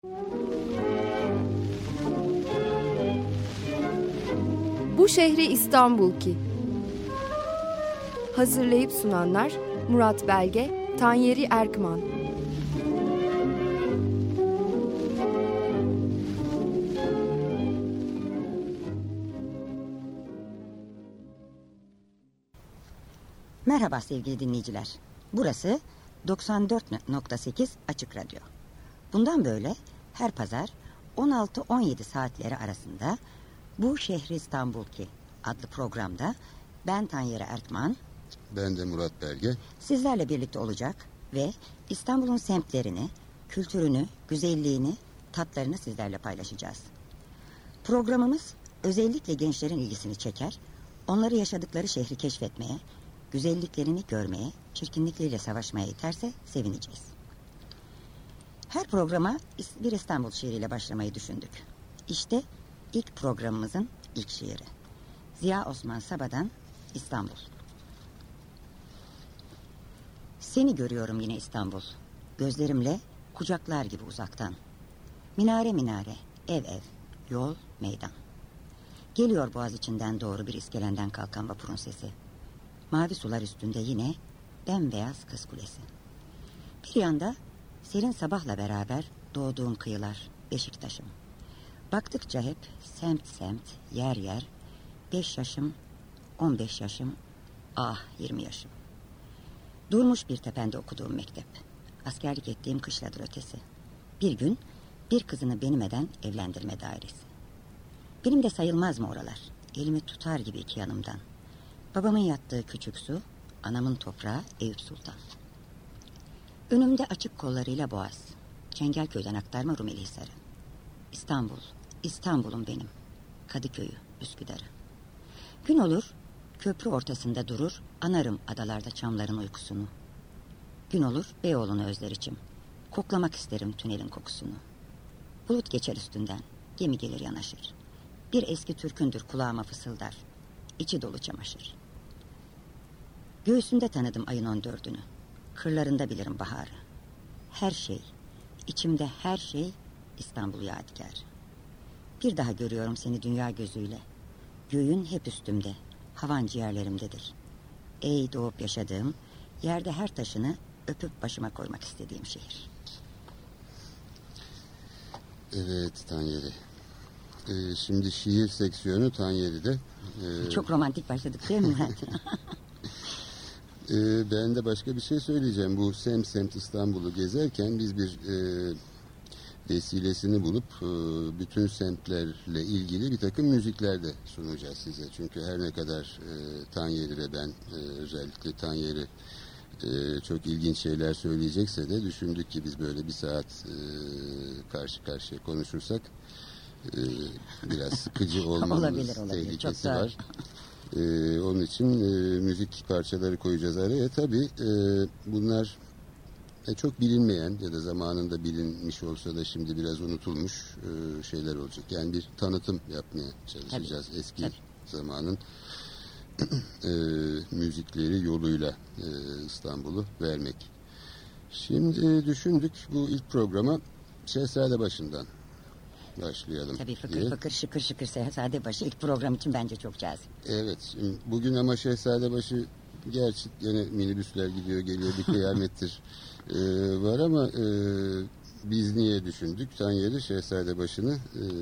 Bu şehri İstanbul ki. Hazırlayıp sunanlar Murat Belge, Tanyeri Erkman. Merhaba sevgili dinleyiciler. Burası 94.8 Açık Radyo. Bundan böyle her pazar 16-17 saatleri arasında Bu Şehri İstanbul ki adlı programda ben Tanyeri Erkman, ben de Murat Belge sizlerle birlikte olacak ve İstanbul'un semtlerini, kültürünü, güzelliğini, tatlarını sizlerle paylaşacağız. Programımız özellikle gençlerin ilgisini çeker, onları yaşadıkları şehri keşfetmeye, güzelliklerini görmeye, çirkinlikleriyle savaşmaya iterse sevineceğiz. Her programa bir İstanbul şiiriyle başlamayı düşündük. İşte ilk programımızın ilk şiiri. Ziya Osman Saba'dan İstanbul. Seni görüyorum yine İstanbul. Gözlerimle kucaklar gibi uzaktan. Minare minare, ev ev, yol, meydan. Geliyor boğaz içinden doğru bir iskelenden kalkan vapurun sesi. Mavi sular üstünde yine bembeyaz Kız Kulesi. Bir yanda serin sabahla beraber doğduğum kıyılar, Beşiktaş'ım. Baktıkça hep semt semt, yer yer, 5 yaşım, 15 yaşım, 20 yaşım. Durmuş bir tepende okuduğum mektep. Askerlik ettiğim kışladır ötesi. Bir gün bir kızını benim eden evlendirme dairesi. Benim de sayılmaz mı oralar? Elimi tutar gibi iki yanımdan. Babamın yattığı küçük su, anamın toprağı Eyüp Sultan. Önümde açık kollarıyla boğaz. Çengelköy'den aktarma Rumelihisar'ı. İstanbul, İstanbul'um benim. Kadıköy'ü, Üsküdar'ı. Gün olur, köprü ortasında durur, anarım adalarda çamların uykusunu. Gün olur, Beyoğlu'nu özler içim. Koklamak isterim tünelin kokusunu. Bulut geçer üstünden, gemi gelir yanaşır. Bir eski türkündür kulağıma fısıldar. İçi dolu çamaşır. Göğsünde tanıdım ayın 14'ünü. Kırlarında bilirim baharı. Her şey, içimde her şey İstanbul yadigarı. Bir daha görüyorum seni dünya gözüyle. Göğün hep üstümde, havan ciğerlerimdedir. Ey doğup yaşadığım, yerde her taşını öpüp başıma koymak istediğim şehir. Evet Tanyeri. Şimdi şiir seksiyonu Tanyeri'de. Çok romantik başladık değil mi Murat? Ben de başka bir şey söyleyeceğim. Bu semt İstanbul'u gezerken biz bir vesilesini bulup bütün semtlerle ilgili bir takım müzikler de sunacağız size. Çünkü her ne kadar Tanyeri ve ben özellikle Tanyeri çok ilginç şeyler söyleyecekse de düşündük ki biz böyle bir saat karşı karşıya konuşursak biraz sıkıcı olmamız tehlikesi var. Onun için müzik parçaları koyacağız araya. Tabii bunlar çok bilinmeyen ya da zamanında bilinmiş olsa da şimdi biraz unutulmuş şeyler olacak. Yani bir tanıtım yapmaya çalışacağız. Tabii. Eski zamanın müzikleri yoluyla İstanbul'u vermek. Şimdi düşündük bu ilk programa Şehzadebaşı'ndan başlayalım. Tabii fıkır fıkır şıkır şıkır Şehzadebaşı ilk program için bence çok cazip. Evet, şimdi bugün ama Şehzadebaşı gerçi yine minibüsler gidiyor geliyor bir kıyamettir var ama biz niye düşündük? Tanyeri Şehzadebaşı'nı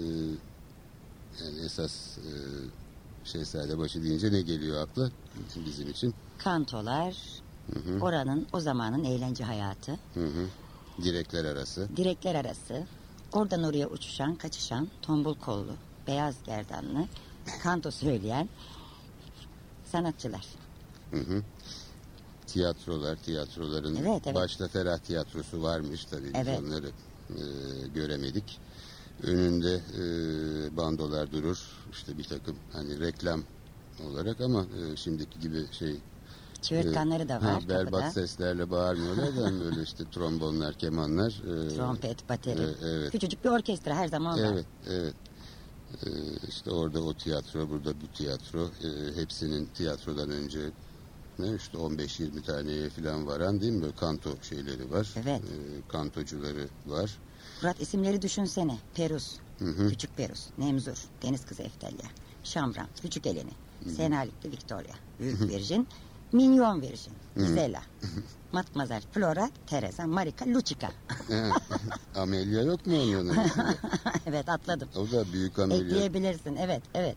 yani esas Şehzadebaşı deyince ne geliyor akla bizim için? Kantolar, hı-hı, oranın o zamanın eğlence hayatı. Hı-hı. Direkler arası. Direkler arası. Oradan oraya uçuşan, kaçışan, tombul kollu, beyaz gerdanlı, kanto söyleyen sanatçılar. Hı-hı. Tiyatroların evet. Başta Ferah Tiyatrosu varmış tabii biz onları göremedik. Önünde bandolar durur işte bir takım hani reklam olarak ama şimdiki gibi çığırtkanları da var. Berbat kapıda seslerle bağırmıyorlar da böyle işte trombonlar, kemanlar. Trompet, bateri. Evet. Küçücük bir orkestra her zaman var. Evet. İşte orada o tiyatro, burada bu tiyatro. Hepsinin tiyatrodan önce işte 15-20 taneye falan varan değil mi? Böyle kanto şeyleri var. Evet. Kantocuları var. Murat, isimleri düşünsene. Perus, Küçük Perus, Nemzur, Deniz Kızı Eftelya, Şamran, Küçük Eleni, Senalikli Victoria, Büyük Virjin, Minyon Virjin, Gisela, Matmazel, Flora, Teresa, Marika, Lucica. Amelia yok mu onun? Evet, atladım. O da büyük Amelia. Ekleyebilirsin, evet, evet.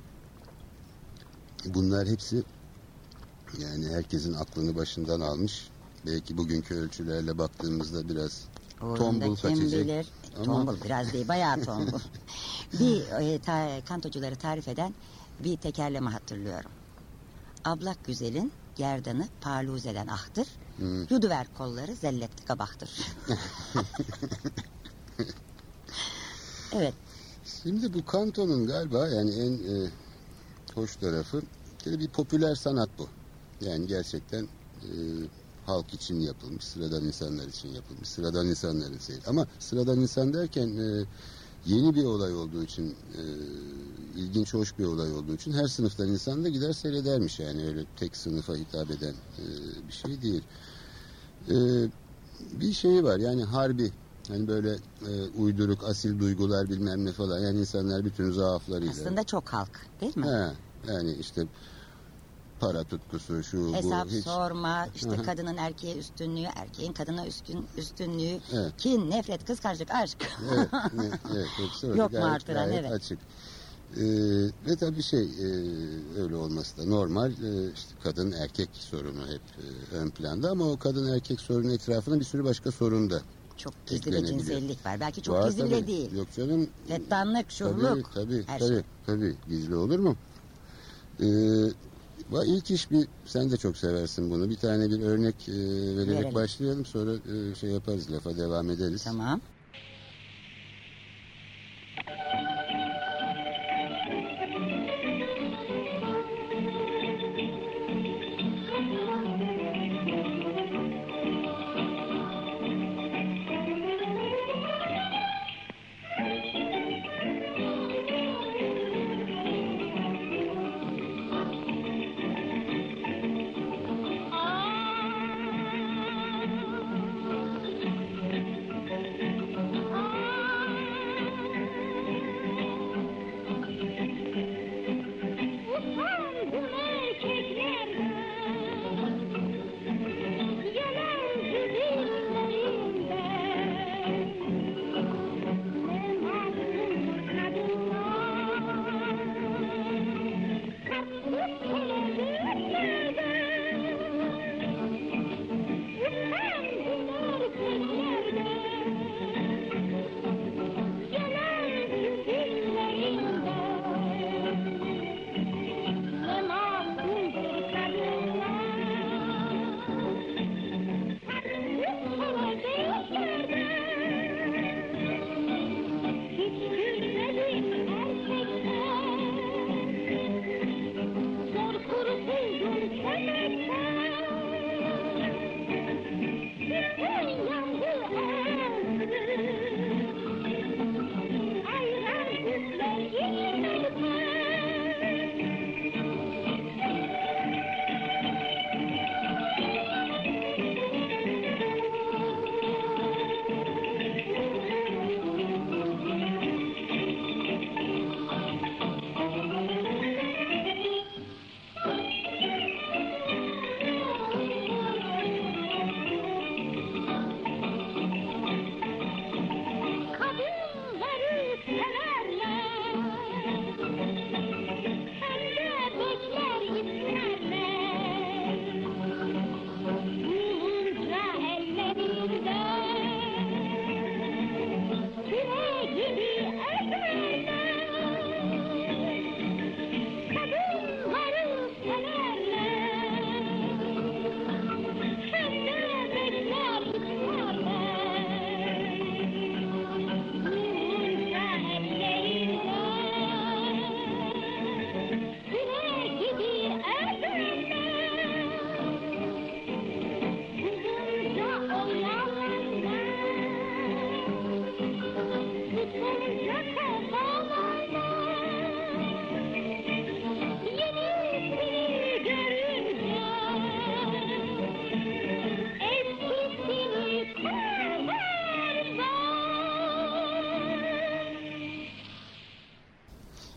Bunlar hepsi yani herkesin aklını başından almış. Belki bugünkü ölçülerle baktığımızda biraz tombul Kim kaçacak. bilir? Ama... Tombul biraz değil, bayağı tombul. Bir kantocuları tarif eden bir tekerleme hatırlıyorum. Ablak güzelin gerdanı parluzeden ahtır. Yuduver kolları zelletli kabahtır. Evet. Şimdi bu kantonun galiba yani en hoş tarafı bir popüler sanat bu. Yani gerçekten halk için yapılmış, sıradan insanlar için yapılmış, sıradan insanların seyri. Ama sıradan insan derken yeni bir olay olduğu için, ilginç, hoş bir olay olduğu için her sınıftan insan da gider seyredermiş. Yani öyle tek sınıfa hitap eden bir şey değil. Bir şeyi var yani harbi, hani böyle uyduruk, asil duygular bilmem ne falan. Yani insanlar bütün zaaflarıyla. Aslında çok halk değil mi? Yani işte para tutkusu, şu hesap bu. Hiç... sorma, işte kadının erkeğe üstünlüğü, erkeğin kadına üstünlüğü, evet. Kin, nefret, kıskançlık, aşk. Evet, yok mu artıran, evet. Açık. Ve tabii öyle olması da normal. İşte kadın erkek sorunu hep ön planda ama o kadın erkek sorunu etrafında bir sürü başka sorun da çok gizli bir cinsellik var. Belki çok var, gizli bile değil. Yok canım. Fettanlık, şuurluk. Tabii. Gizli olur mu? İlk iş sen de çok seversin bunu. Bir tane bir örnek vererek başlayalım. Sonra yaparız, lafa devam ederiz. Tamam.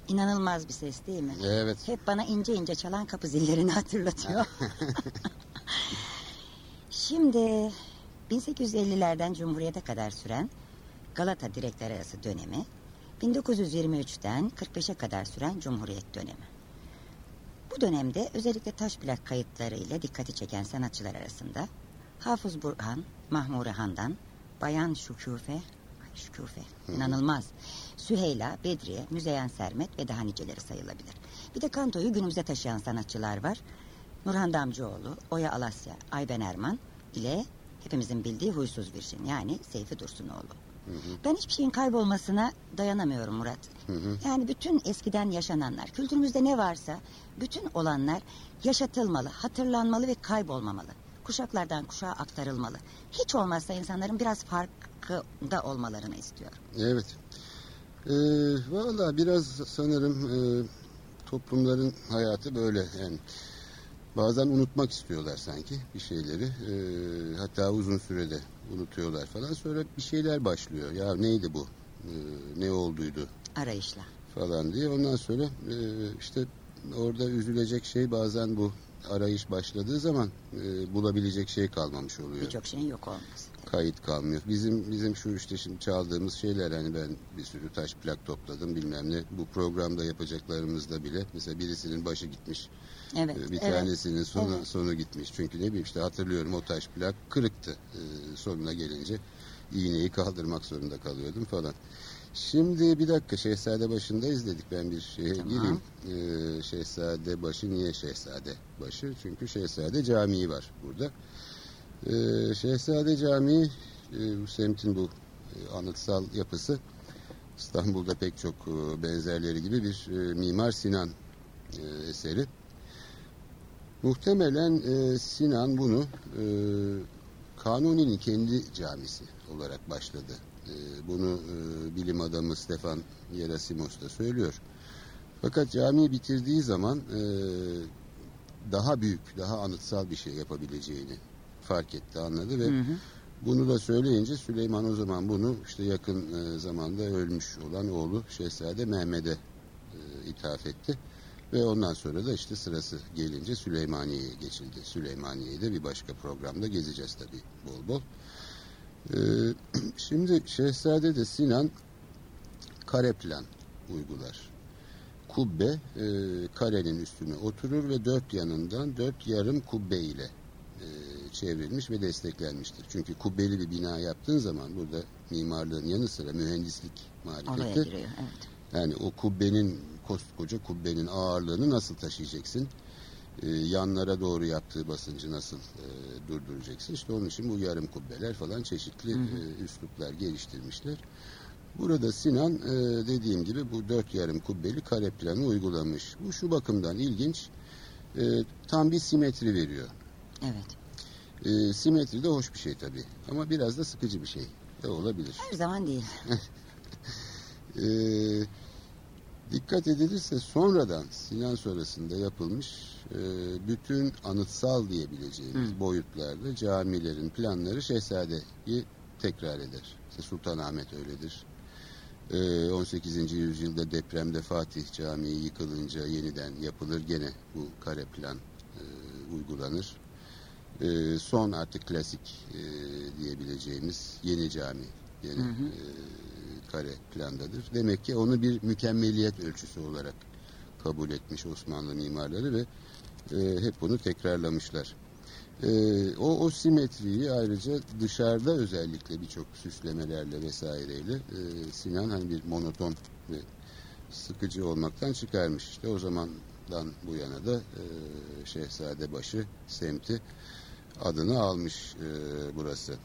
İnanılmaz bir ses değil mi? Evet. Hep bana ince ince çalan kapı zillerini hatırlatıyor. Şimdi 1850'lerden Cumhuriyet'e kadar süren Galata Direkler Arası dönemi, 1923'ten 45'e kadar süren Cumhuriyet dönemi. Bu dönemde özellikle taş plak kayıtlarıyla dikkati çeken sanatçılar arasında Hafız Burhan, Mahmure Handan, Bayan Şüküfe, inanılmaz, Süheyla, Bedriye, Müzeyyen Sermet ve daha niceleri sayılabilir. Bir de kantoyu günümüze taşıyan sanatçılar var. Nurhan Damcıoğlu, Oya Alasya, Ayben Erman ile hepimizin bildiği Huysuz Virjin, yani Seyfi Dursunoğlu. Ben hiçbir şeyin kaybolmasına dayanamıyorum Murat. Yani bütün eskiden yaşananlar, kültürümüzde ne varsa bütün olanlar yaşatılmalı, hatırlanmalı ve kaybolmamalı. Kuşaklardan kuşağa aktarılmalı. Hiç olmazsa insanların biraz farkında olmalarını istiyorum. Evet. Valla biraz sanırım toplumların hayatı böyle. Yani bazen unutmak istiyorlar sanki bir şeyleri. Hatta uzun sürede unutuyorlar falan. Sonra bir şeyler başlıyor. Ya neydi bu? Ne olduydu? Arayışla. Falan diye. Ondan sonra işte orada üzülecek şey bazen bu arayış başladığı zaman bulabilecek şey kalmamış oluyor. Birçok şeyin yok olması. Kayıt kalmıyor. Bizim şu işte şimdi çaldığımız şeyler, hani ben bir sürü taş plak topladım bilmem ne. Bu programda yapacaklarımızda bile mesela birisinin başı gitmiş. Evet. Bir tanesinin sonu gitmiş. Çünkü ne bileyim işte hatırlıyorum, o taş plak kırıktı. Sonuna gelince iğneyi kaldırmak zorunda kalıyordum falan. Şimdi bir dakika, Şehzade Başı'nda izledik, ben bir şeye gireyim. Şehzade Başı niye Şehzade Başı? Çünkü Şehzade Camii var burada. Şehzade Camii, bu semtin bu anıtsal yapısı, İstanbul'da pek çok benzerleri gibi bir Mimar Sinan eseri. Muhtemelen Sinan bunu Kanuni'nin kendi camisi olarak başladı. Bunu bilim adamı Stefan Yerasimos da söylüyor. Fakat camiyi bitirdiği zaman daha büyük, daha anıtsal bir şey yapabileceğini fark etti, anladı ve bunu da söyleyince Süleyman o zaman bunu işte yakın zamanda ölmüş olan oğlu Şehzade Mehmet'e ithaf etti. Ve ondan sonra da işte sırası gelince Süleymaniye'ye geçildi. Süleymaniye'yi de bir başka programda gezeceğiz tabii bol bol. Şimdi Şehzade'de Sinan kare plan uygular. Kubbe karenin üstüne oturur ve dört yanından 4 yarım kubbe ile çevrilmiş ve desteklenmiştir. Çünkü kubbeli bir bina yaptığın zaman burada mimarlığın yanı sıra mühendislik marifeti. Evet. Yani o kubbenin, koskoca kubbenin ağırlığını nasıl taşıyacaksın? Yanlara doğru yaptığı basıncı nasıl durduracaksın? İşte onun için bu yarım kubbeler falan çeşitli üsluplar geliştirmişler. Burada Sinan dediğim gibi bu 4 yarım kubbeli kare planı uygulamış. Bu şu bakımdan ilginç. Tam bir simetri veriyor. Evet. Simetri de hoş bir şey tabii. Ama biraz da sıkıcı bir şey de olabilir. Her zaman değil. Dikkat edilirse sonradan, Sinan sonrasında yapılmış bütün anıtsal diyebileceğimiz boyutlarda camilerin planları Şehzade'yi tekrar eder. İşte Sultanahmet öyledir. 18. yüzyılda depremde Fatih Camii yıkılınca yeniden yapılır. Gene bu kare plan uygulanır. Son artık klasik diyebileceğimiz yeni cami gene kare plandadır. Demek ki onu bir mükemmeliyet ölçüsü olarak kabul etmiş Osmanlı mimarları ve hep bunu tekrarlamışlar. O simetriyi ayrıca dışarıda özellikle birçok süslemelerle vesaireyle Sinan hani bir monoton ve sıkıcı olmaktan çıkarmış. İşte o zamandan bu yana da Şehzadebaşı semti adını almış burası.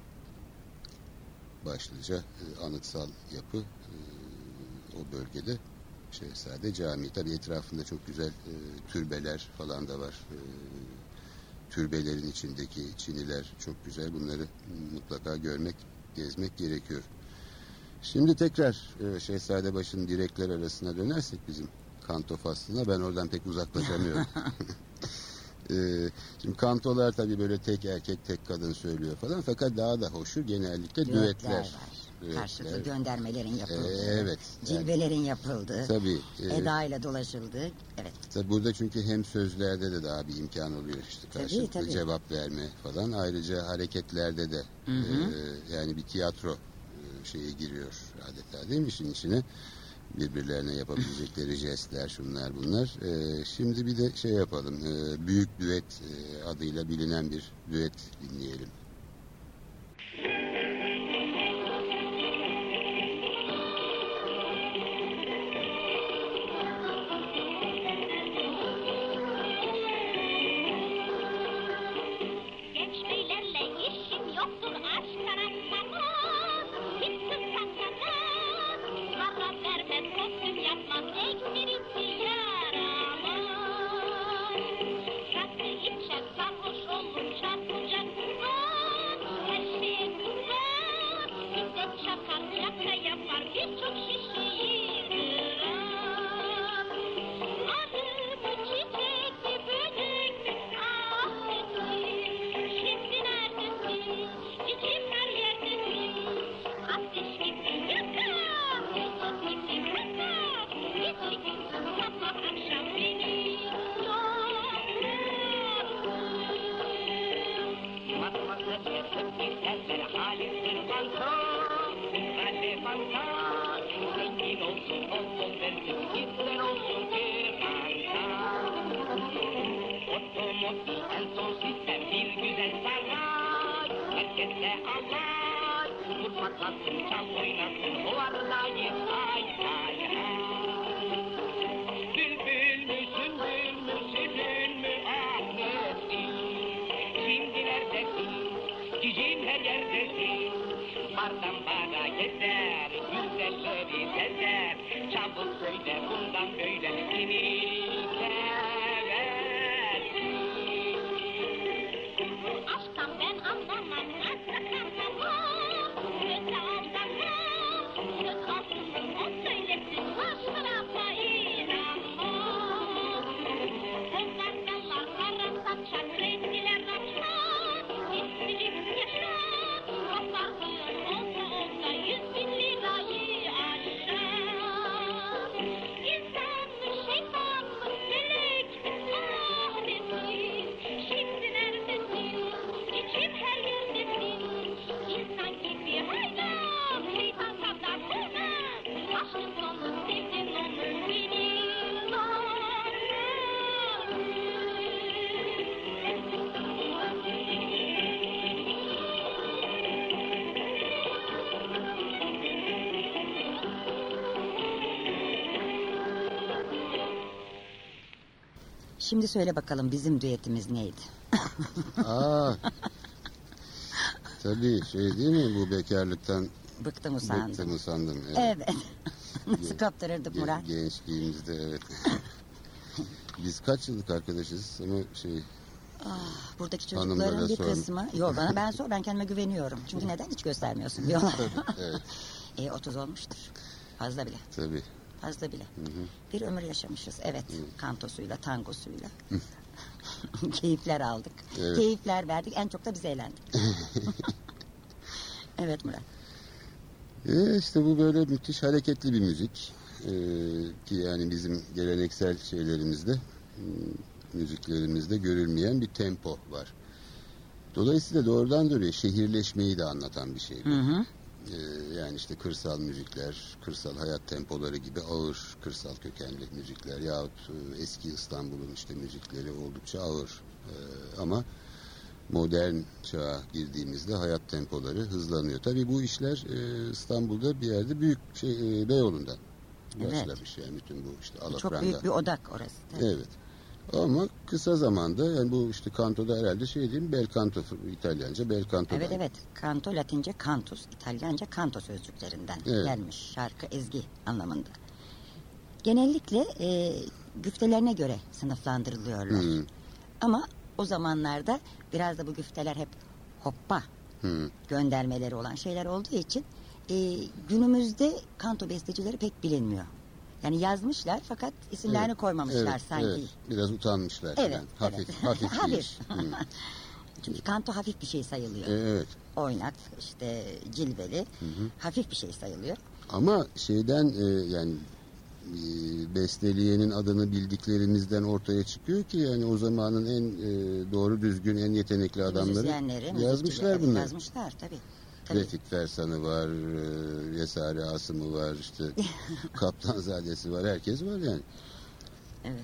Başlıca anıtsal yapı o bölgede Şehzade Camii. Tabii etrafında çok güzel türbeler falan da var. Türbelerin içindeki çiniler çok güzel. Bunları mutlaka görmek, gezmek gerekiyor. Şimdi tekrar Şehzadebaşı'nın direkler arasına dönersek bizim kanto faslına, ben oradan pek uzaklaşamıyorum. Şimdi kantolar tabii böyle tek erkek tek kadın söylüyor falan, fakat daha da hoşu genellikle düetler karşılıklı göndermelerin yapıldığı, evet, cilvelerin yapıldığı, tabii, eda ile dolaşıldığı. Evet. Tabii burada çünkü hem sözlerde de daha bir imkan oluyor işte karşılıklı Tabii. cevap verme falan. Ayrıca hareketlerde de yani bir tiyatro şeyi giriyor adeta, değil mi işin içine? Birbirlerine yapabilecekleri jestler, şunlar bunlar. Şimdi bir de şey yapalım. Büyük Düet adıyla bilinen bir düet dinleyelim. Şimdi söyle bakalım bizim düetimiz neydi? Tabii şey değil mi, bu bekarlıktan bıktım usandım. Evet. Nasıl kaptırırdık Murat? Gençliğimizde evet. Biz kaç yıllık arkadaşız ama buradaki çocukların bir kısmı yok, ben kendime güveniyorum. Çünkü neden hiç göstermiyorsun diyorlar. Evet. 30 olmuştur. Fazla bile. Tabii. Fazla bile. Hı-hı. Bir ömür yaşamışız. Evet. Hı. Kantosuyla, tangosuyla. Keyifler aldık. Evet. Keyifler verdik. En çok da biz eğlendik. Evet Murat. İşte bu böyle müthiş hareketli bir müzik. Ki yani bizim geleneksel şeylerimizde, müziklerimizde görülmeyen bir tempo var. Dolayısıyla doğrudan doğruya şehirleşmeyi de anlatan bir şey bu. Hı. Yani işte kırsal müzikler, kırsal hayat tempoları gibi ağır kırsal kökenli müzikler yahut eski İstanbul'un işte müzikleri oldukça ağır. Ama modern çağa girdiğimizde hayat tempoları hızlanıyor. Tabii bu işler İstanbul'da bir yerde büyük Beyoğlu'ndan başlamış yani bütün bu işte alafranga. Çok büyük bir odak orası. Tabii. Evet. Ama kısa zamanda yani bu işte kantoda herhalde diyeyim, bel canto, İtalyanca bel canto'dan. Evet. Kanto Latince cantus, İtalyanca kanto sözcüklerinden gelmiş, şarkı, ezgi anlamında. Genellikle güftelerine göre sınıflandırılıyorlar. Ama o zamanlarda biraz da bu güfteler hep hoppa göndermeleri olan şeyler olduğu için günümüzde kanto bestecileri pek bilinmiyor. Yani yazmışlar fakat isimlerini koymamışlar sanki. Evet. Biraz utanmışlar. Evet. Hafif bir iş. Çünkü kanto hafif bir şey sayılıyor. Evet. oynak, işte cilveli, hafif bir şey sayılıyor. Ama şeyden yani besteleyenin adını bildiklerimizden ortaya çıkıyor ki yani o zamanın en doğru düzgün, en yetenekli adamları yazmışlar bunları. Yazmışlar tabii. Refik Fersan'ı var, Yesari Asım'ı var, işte Kaptanzadesi var, herkes var yani. Evet.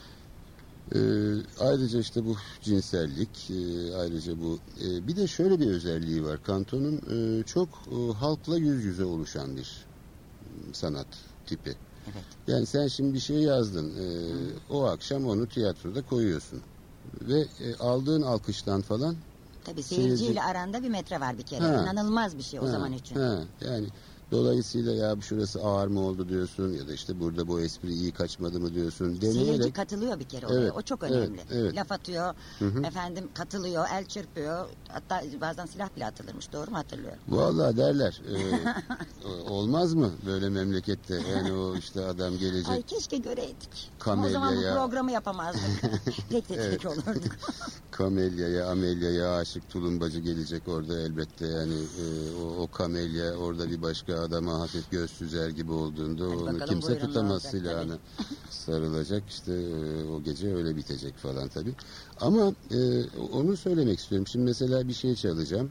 Ayrıca işte bu cinsellik, ayrıca bu bir de şöyle bir özelliği var. Kantonun çok halkla yüz yüze oluşan bir sanat tipi. Evet. Yani sen şimdi bir şey yazdın, o akşam onu tiyatroda koyuyorsun ve aldığın alkıştan falan. Tabii seyirciyle aranda bir metre var bir kere. İnanılmaz bir şey o zaman için. Yani dolayısıyla ya şurası ağır mı oldu diyorsun ya da işte burada bu espri iyi kaçmadı mı diyorsun. Seyirci katılıyor bir kere oraya. Evet, o çok önemli. Evet. Laf atıyor, efendim katılıyor, el çırpıyor. Hatta bazen silah bile atılırmış. Doğru mu hatırlıyorum? Vallahi derler. Olmaz mı böyle memlekette? Yani o işte adam gelecek. Ay keşke göreydik. Kamelya'ya... O zaman bu programı yapamazdık. Tek olurduk. Kamelya'ya, Amelya'ya aşık tulumbacı gelecek orada elbette. Yani o Kamelya orada bir başka adama hafif göz süzer gibi olduğunda hadi onu bakalım, kimse tutamaz olacak, silahını. Sarılacak işte o gece öyle bitecek falan tabii. Ama onu söylemek istiyorum. Şimdi mesela bir şey çalacağım.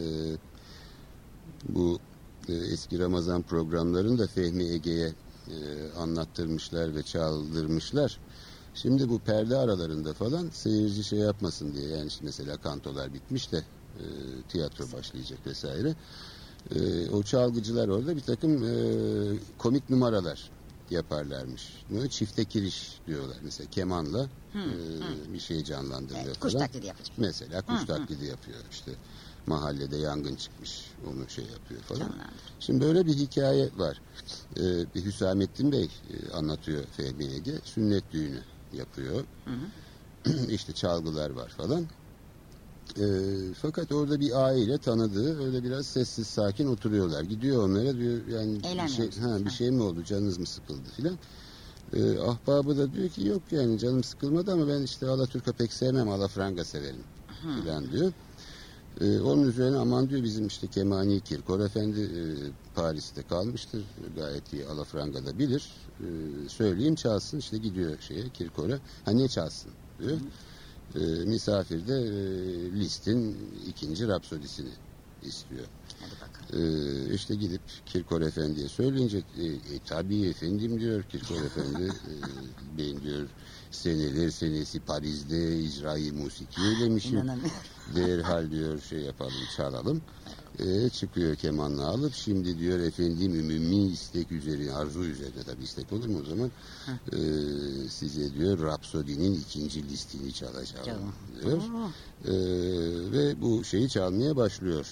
Bu eski Ramazan programlarını da Fehmi Ege'ye anlattırmışlar ve çaldırmışlar. Şimdi bu perde aralarında falan seyirci şey yapmasın diye, yani işte mesela kantolar bitmiş de tiyatro başlayacak vesaire. O çalgıcılar orada bir takım komik numaralar yaparlarmış. Bunu çifte kiriş diyorlar. Mesela kemanla bir şey canlandırıyor falan. Kuş taklidi yapacak. Mesela kuş taklidi yapıyor. İşte mahallede yangın çıkmış, onu şey yapıyor falan. Şimdi böyle bir hikaye var. Bir Hüsamettin Bey anlatıyor Fehmi Ege. Sünnet düğünü yapıyor. İşte çalgılar var falan. Fakat orada bir aile tanıdığı öyle biraz sessiz sakin oturuyorlar. Gidiyor onlara diyor yani bir şey mi oldu, canınız mı sıkıldı filan. Ahbabı da diyor ki yok yani canım sıkılmadı ama ben işte Alaturka pek sevmem, alafranga severim filan diyor. Onun üzerine aman diyor bizim işte Kemani Kirkor Efendi Paris'te kalmıştır. Gayet iyi alafranga da bilir. Söyleyeyim çalsın, işte gidiyor Kirkor'a. Ne çalsın diyor. Misafir de Liszt'in 2. Rapsodisini istiyor. İşte gidip Kirkor Efendi'ye söyleyince tabii efendim diyor Kirkor Efendi. Ben diyor seneler senesi Paris'te icra-i musiki eylemişim. Derhal diyor yapalım, çalalım. Çıkıyor kemanla alıp şimdi diyor efendim ümumi istek üzerine, arzu üzerine, tabii istek olur mu o zaman, size diyor Rapsodi'nin 2. listini çalacağım diyor. Ve bu şeyi çalmaya başlıyor.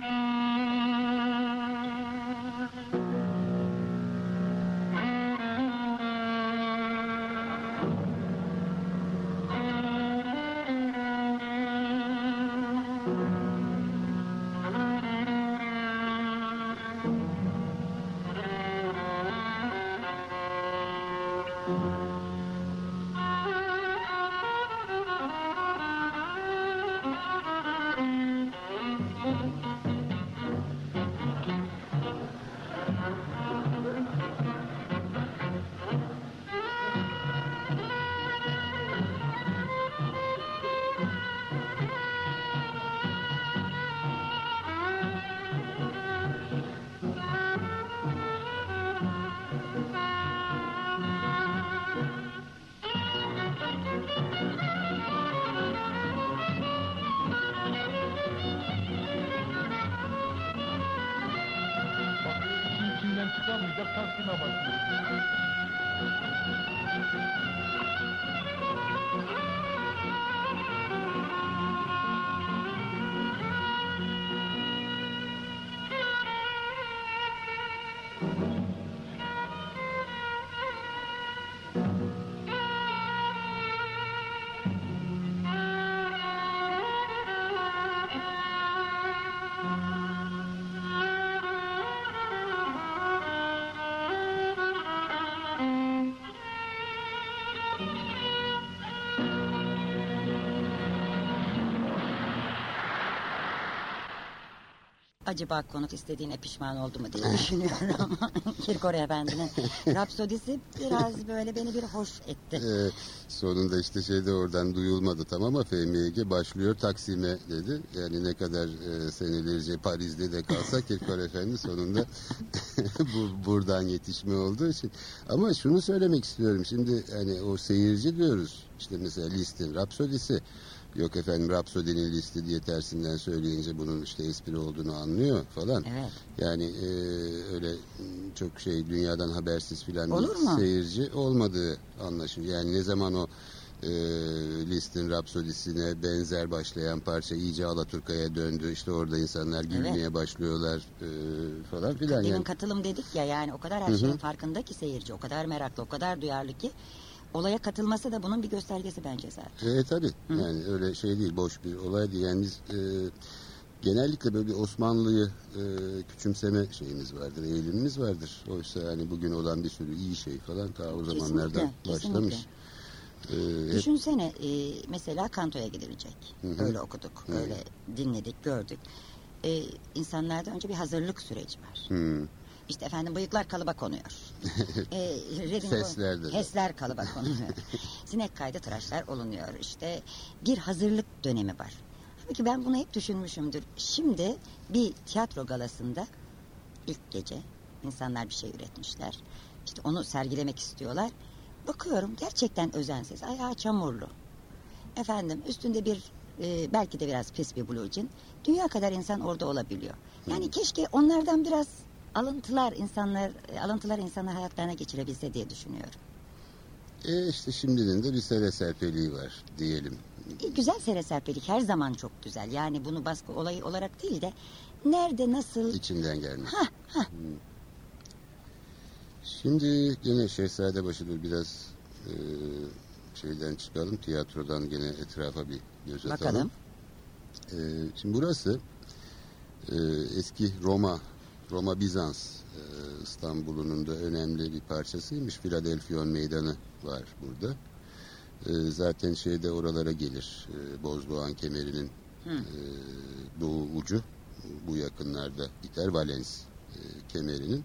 Çıkamayacak, Taksim'e başlıyor. acaba konuk istediğine pişman oldu mu diye düşünüyorum. Kirkor Efendi'nin Rapsodisi biraz böyle beni bir hoş etti. Sonunda işte şeyde oradan duyulmadı tamam ama FMG başlıyor Taksim'e dedi. Yani ne kadar senelerce Paris'te de kalsa Kirkor Efendi sonunda buradan yetişme olduğu için. Ama şunu söylemek istiyorum. Şimdi hani o seyirci diyoruz. İşte mesela Liszt'in Rapsodisi. Yok efendim Rapsodi'nin Liszt'i diye tersinden söyleyince bunun işte espri olduğunu anlıyor falan. Evet. Yani öyle çok şey dünyadan habersiz filan Olur bir mu? seyirci olmadığı anlaşılıyor. Yani ne zaman o Liszt'in Rapsodisi'ne benzer başlayan parça iyice Alaturka'ya döndü. İşte orada insanlar gülmeye başlıyorlar falan filan. Demin Yani, katılım dedik ya, yani o kadar her şeyin farkında ki seyirci, o kadar meraklı, o kadar duyarlı ki olaya katılması da bunun bir göstergesi bence zaten. tabii. Yani öyle şey değil, boş bir olay değil. Yani biz genellikle böyle bir Osmanlı'yı küçümseme şeyimiz vardır, eğilimimiz vardır. Oysa hani bugün olan bir sürü iyi şey falan ta o zamanlardan başlamış. Düşünsene mesela kantoya gidilecek. Öyle okuduk, öyle dinledik, gördük. İnsanlarda önce bir hazırlık süreci var. İşte efendim bıyıklar kalıba konuyor. Fesler kalıba konuyor. Sinek kaydı tıraşlar olunuyor. İşte bir hazırlık dönemi var. Halbuki ben bunu hep düşünmüşümdür. Şimdi bir tiyatro galasında ilk gece insanlar bir şey üretmişler. İşte onu sergilemek istiyorlar. Bakıyorum gerçekten özensiz. Ayağı çamurlu. Efendim üstünde bir belki de biraz pis bir blue jean. Dünya kadar insan orada olabiliyor. Yani keşke onlardan biraz alıntılar insanlar hayatlarına geçirebilse diye düşünüyorum. İşte şimdinin de bir sere serpeliği var diyelim. Güzel sere serpelik her zaman çok güzel. Yani bunu baskı olayı olarak değil de nerede nasıl... İçinden gelmiş. Şimdi gene Şehzadebaşı'dır biraz şeyden çıkalım. Tiyatrodan gene etrafa bir göz atalım. Bakalım. Şimdi burası eski Roma-Bizans İstanbul'un da önemli bir parçasıymış. Philadelphia Meydanı var burada. Zaten şeyde oralara gelir. Bozdoğan kemerinin doğu ucu bu yakınlarda biter. Valens kemerinin.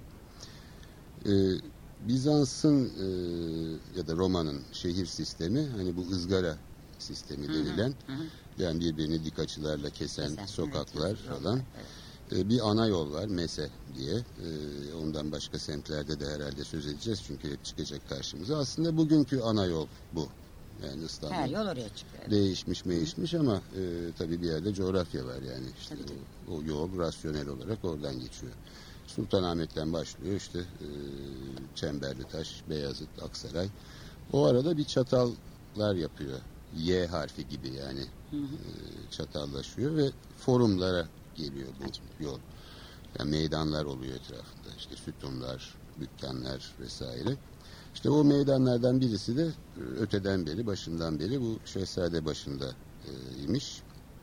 Bizans'ın ya da Roma'nın şehir sistemi hani bu ızgara sistemi denilen yani birbirini dik açılarla kesen sokaklar falan. Bir ana yol var Mese diye. Ondan başka semtlerde de herhalde söz edeceğiz çünkü hep çıkacak karşımıza. Aslında bugünkü ana yol bu. Yani İstanbul. Her yol oraya çıkıyor. Değişmiş ama tabii bir yerde coğrafya var yani. İşte o yol rasyonel olarak oradan geçiyor. Sultanahmet'ten başlıyor işte Çemberlitaş, Beyazıt, Aksaray. O arada bir çatallar yapıyor. Y harfi gibi yani çatallaşıyor ve forumlara geliyor bu yol. Yani meydanlar oluyor etrafında. İşte sütunlar, dükkanlar vesaire. İşte o meydanlardan birisi de öteden beri, başından beri bu Şehzadebaşı'nda imiş.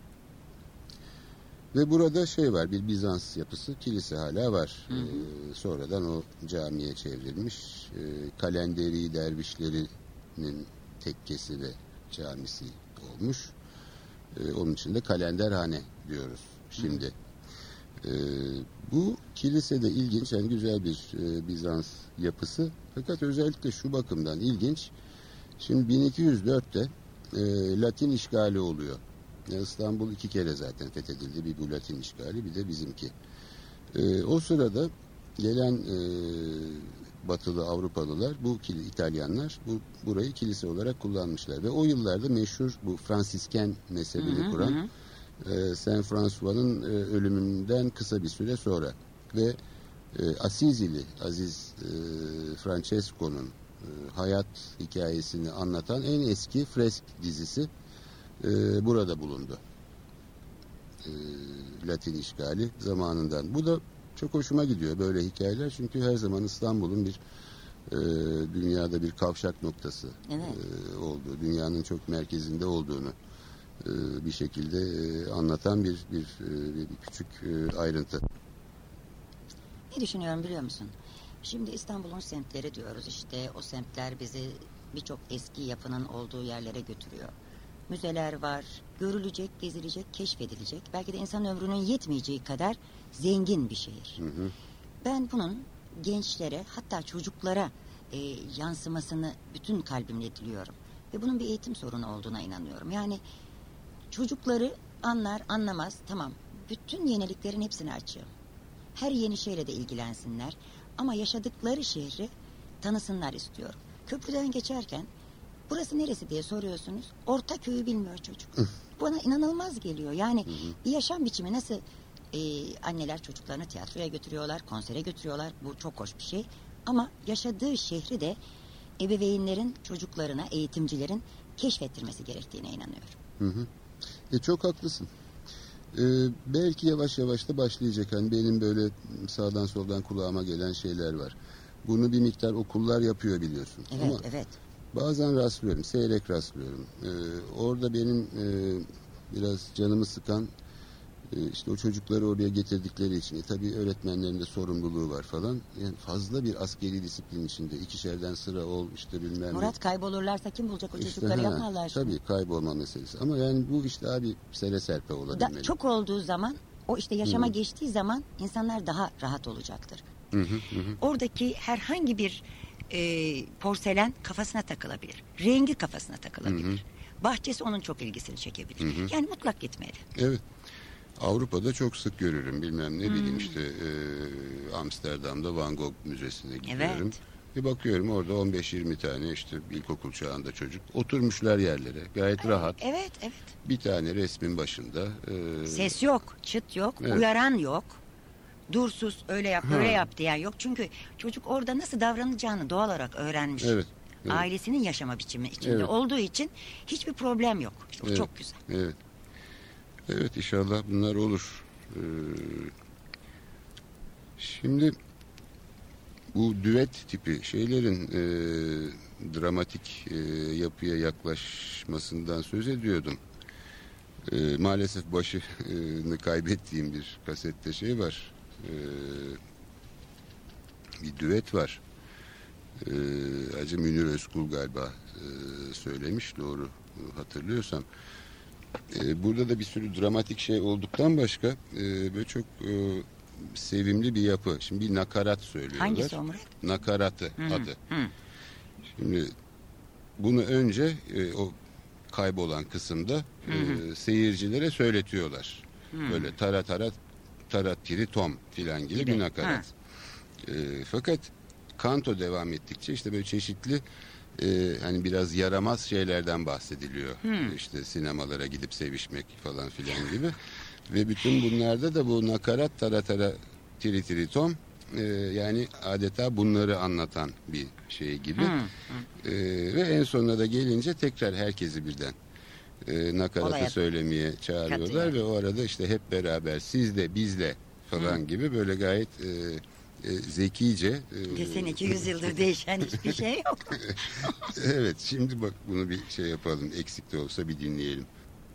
Ve burada şey var, bir Bizans yapısı, kilise hala var. Sonradan o camiye çevrilmiş. Kalenderi dervişlerinin tekkesi ve camisi olmuş. Onun için de kalenderhane diyoruz şimdi. Bu kilise de ilginç, yani güzel bir Bizans yapısı. Fakat özellikle şu bakımdan ilginç. Şimdi 1204'te Latin işgali oluyor. İstanbul 2 kere zaten fethedildi. Bir bu Latin işgali, bir de bizimki. O sırada gelen batılı Avrupalılar, İtalyanlar burayı kilise olarak kullanmışlar. Ve o yıllarda meşhur bu Fransisken mezhebini kuran Saint François'ın ölümünden kısa bir süre sonra ve Asizili Aziz Francesco'nun hayat hikayesini anlatan en eski fresk dizisi burada bulundu. Latin işgali zamanından. Bu da çok hoşuma gidiyor böyle hikayeler, çünkü her zaman İstanbul'un bir dünyada bir kavşak noktası olduğu, dünyanın çok merkezinde olduğunu bir şekilde anlatan bir küçük ayrıntı. Ne düşünüyorum biliyor musun? Şimdi İstanbul'un semtleri diyoruz, işte o semtler bizi birçok eski yapının olduğu yerlere götürüyor. müzeler var. Görülecek, gezilecek, keşfedilecek. Belki de insan ömrünün yetmeyeceği kadar zengin bir şehir. Ben bunun gençlere, hatta çocuklara yansımasını bütün kalbimle diliyorum. Ve bunun bir eğitim sorunu olduğuna inanıyorum. Yani çocukları anlar anlamaz, tamam, bütün yeniliklerin hepsini açığım. Her yeni şeyle de ilgilensinler. Ama yaşadıkları şehri tanısınlar istiyorum. Köprüden geçerken burası neresi diye soruyorsunuz. Ortaköy'ü bilmiyor çocuk. Bana inanılmaz geliyor. Yani bir yaşam biçimi nasıl anneler çocuklarını tiyatroya götürüyorlar, konsere götürüyorlar. Bu çok hoş bir şey. Ama yaşadığı şehri de ebeveynlerin çocuklarına, eğitimcilerin keşfettirmesi gerektiğine inanıyorum. Çok haklısın. Belki yavaş yavaş da başlayacak. Hani benim böyle sağdan soldan kulağıma gelen şeyler var. Bunu bir miktar okullar yapıyor biliyorsun. Evet, ama evet. bazen rastlıyorum, seyrek rastlıyorum. Orada benim biraz canımı sıkan işte o çocukları oraya getirdikleri için. Tabii öğretmenlerin de sorumluluğu var falan. Yani fazla bir askeri disiplin içinde. İkişerden sıra ol işte bilmem Murat, kaybolurlarsa kim bulacak o çocukları, yapma Allah aşkına. Tabii kaybolma meselesi. Ama yani bu işte abi sere serpe olabilmeli. Çok olduğu zaman, o işte yaşama geçtiği zaman insanlar daha rahat olacaktır. Oradaki herhangi bir porselen kafasına takılabilir. Rengi kafasına takılabilir. Bahçesi onun çok ilgisini çekebilir. Yani mutlak gitmeli. Evet. Avrupa'da çok sık görürüm, bilmem ne bileyim işte Amsterdam'da Van Gogh Müzesi'ne gidiyorum. Evet. Bir bakıyorum orada 15-20 tane işte ilkokul çağında çocuk oturmuşlar yerlere gayet rahat. Evet. Bir tane resmin başında. Ses yok, çıt yok, Evet. uyaran yok. Dursuz, öyle yap, böyle yap diyen yok. Çünkü çocuk orada nasıl davranacağını doğal olarak öğrenmiş. Evet. Ailesinin yaşama biçimi içinde Evet. olduğu için hiçbir problem yok. İşte o Evet. çok güzel. Evet. Evet, inşallah bunlar olur. Şimdi bu düet tipi şeylerin dramatik yapıya yaklaşmasından söz ediyordum. Maalesef başını kaybettiğim bir kasette şey var. Bir düet var. Hacı Münir Özkul galiba söylemiş, doğru hatırlıyorsam. Burada da bir sürü dramatik şey olduktan başka böyle çok sevimli bir yapı. Şimdi bir nakarat söylüyorlar. Hangisi o Murat? Nakaratı adı. Şimdi bunu önce o kaybolan kısımda seyircilere söyletiyorlar. Böyle tara tara tara tiri tom filan gibi bir nakarat. Fakat kanto devam ettikçe işte böyle çeşitli hani biraz yaramaz şeylerden bahsediliyor. İşte sinemalara gidip sevişmek falan filan gibi. Ve bütün bunlarda da bu nakarat tara tara tiri tiri tom yani adeta bunları anlatan bir şey gibi. Ve en sonuna da gelince tekrar herkesi birden nakaratı söylemeye çağırıyorlar ve o arada işte hep beraber sizle bizle falan gibi böyle gayet zekice. Geçen 200 yıldır değişen hiçbir şey yok. Evet, şimdi bak bunu bir şey yapalım, eksik de olsa bir dinleyelim.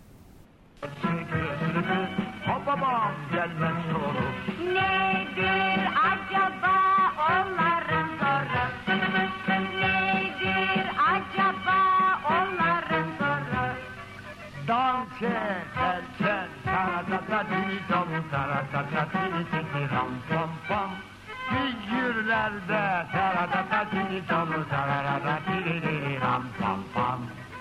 Babam gelmez soru. Nedir acaba onların soru? Nedir acaba onların soru? Dans ederken taratata dili tom taratata dili titi ram pam pam. Figürlerde taratata dili tom taratata dili dili ram pam pam.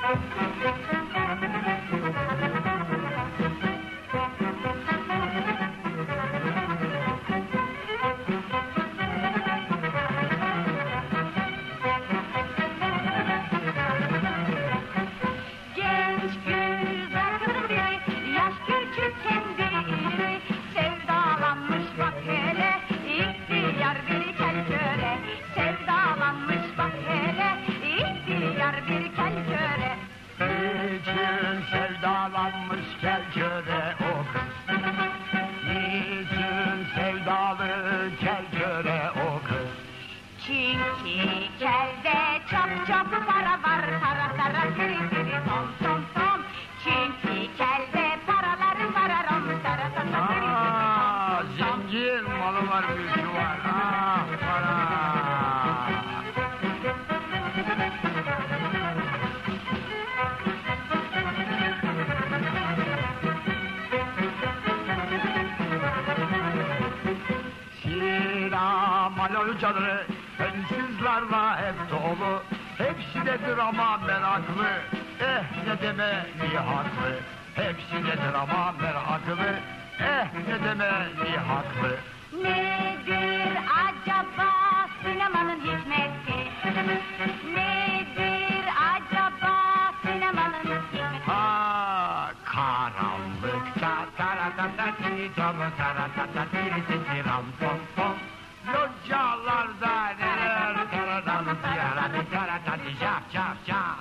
Genç güzel biri, yaş küçükken biri, sevdalanmış bak hele, ihtiyar bir kel köre. Sevdalanmış bak hele, ihtiyar bir kel köre. Niçin sevdalanmış kel köre o kız? Niçin sevdalı kel köre o kız? Çünkü kelde çok çok para var, tara tara tiri tiri tom tom tom. Çünkü kelde paraları var, rom tara tara tiri tiri tom tom. Zengin malı var, mülkü var. Para. dolu çadırı hırsızlarla hep dolu. Hepsi de drama meraklı. Ne demeli haklı. Hepsi de drama meraklı. Ne demeli haklı. Nedir acaba sinemanın hikmeti? Nedir acaba sinemanın hikmeti? Karanlıkta taratata tiritom taratata tiritiram pom pom. Localarda neler taratam tiyaratı taratati şap şap şap.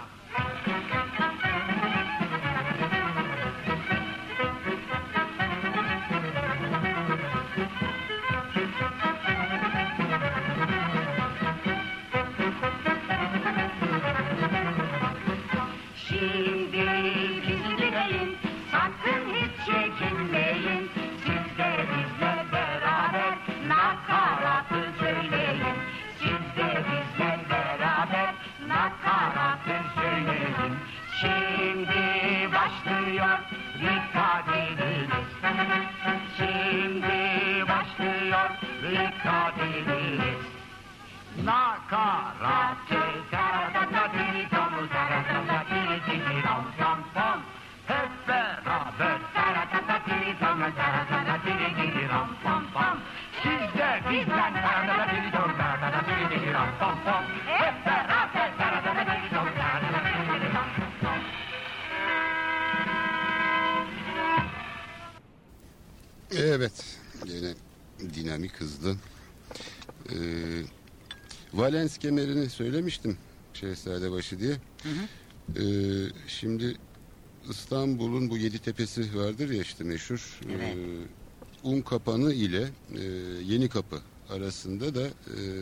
Şimdi bizi dinleyin, sakın hiç çekinmeyin. Siz de bizle beraber nakaratı söyleyin. Siz de bizle beraber nakaratı söyleyin. Şimdi başlıyor dikkat ediniz. Şimdi başlıyor dikkat ediniz. Nakaratı taratata tiritomu taratata tiritiram pom pom. Hep beraber taratata tiritomu taratata tiritiram pom pom. Siz de bizden taratata tiritomu taratata tiritiram pom pom. Hep beraber taratata tiritomu taratata tiritiram pom pom. Evet, yine dinamik, hızlı. Valens kemerini söylemiştim Şehzadebaşı diye. Şimdi İstanbul'un bu Yeditepe'si vardır ya işte meşhur. Evet. Unkapanı ile Yenikapı arasında da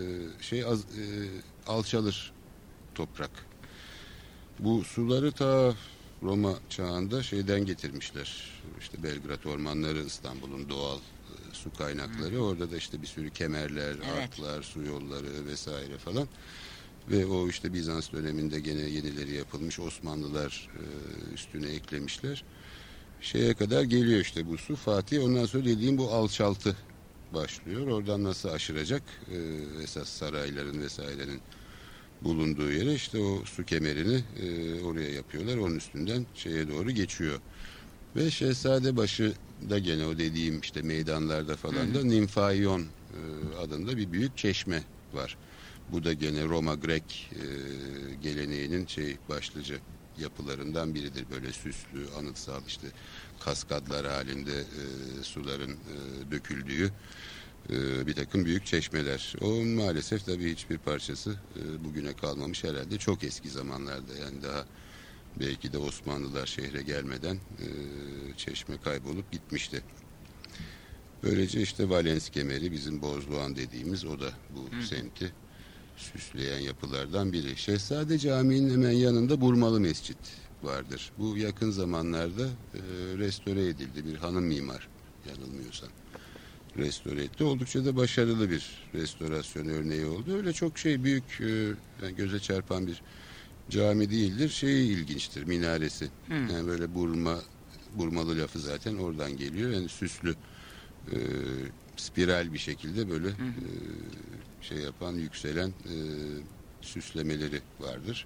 alçalır toprak. Bu suları ta Roma çağında şeyden getirmişler. İşte Belgrad ormanları İstanbul'un doğal su kaynakları. Orada da işte bir sürü kemerler, Evet. arklar, su yolları vesaire falan. Ve o işte Bizans döneminde gene yenileri yapılmış. Osmanlılar üstüne eklemişler. Şeye kadar geliyor işte bu su. Fatih ondan sonra dediğim bu alçaltı başlıyor. Oradan nasıl aşıracak? Esas sarayların vesairenin bulunduğu yere işte o su kemerini oraya yapıyorlar. Onun üstünden şeye doğru geçiyor. Ve Şehzadebaşı da gene o dediğim işte meydanlarda falan da Nimfaion adında bir büyük çeşme var. Bu da gene Roma Grek geleneğinin başlıca yapılarından biridir. Böyle süslü, anıtsal işte kaskadlar halinde suların döküldüğü bir takım büyük çeşmeler. O maalesef tabii hiçbir parçası bugüne kalmamış herhalde. Çok eski zamanlarda yani daha belki de Osmanlılar şehre gelmeden çeşme kaybolup gitmişti. Böylece işte Valens kemeri bizim Bozdoğan dediğimiz o da bu semti süsleyen yapılardan biri. Şehzade Camii'nin hemen yanında Burmalı Mescit vardır. Bu yakın zamanlarda restore edildi. Bir hanım mimar yanılmıyorsam restore etti. Oldukça da başarılı bir restorasyon örneği oldu. Öyle çok büyük yani göze çarpan bir cami değildir. İlginçtir minaresi. Yani böyle burmalı lafı zaten oradan geliyor. Yani süslü spiral bir şekilde böyle yapan yükselen süslemeleri vardır.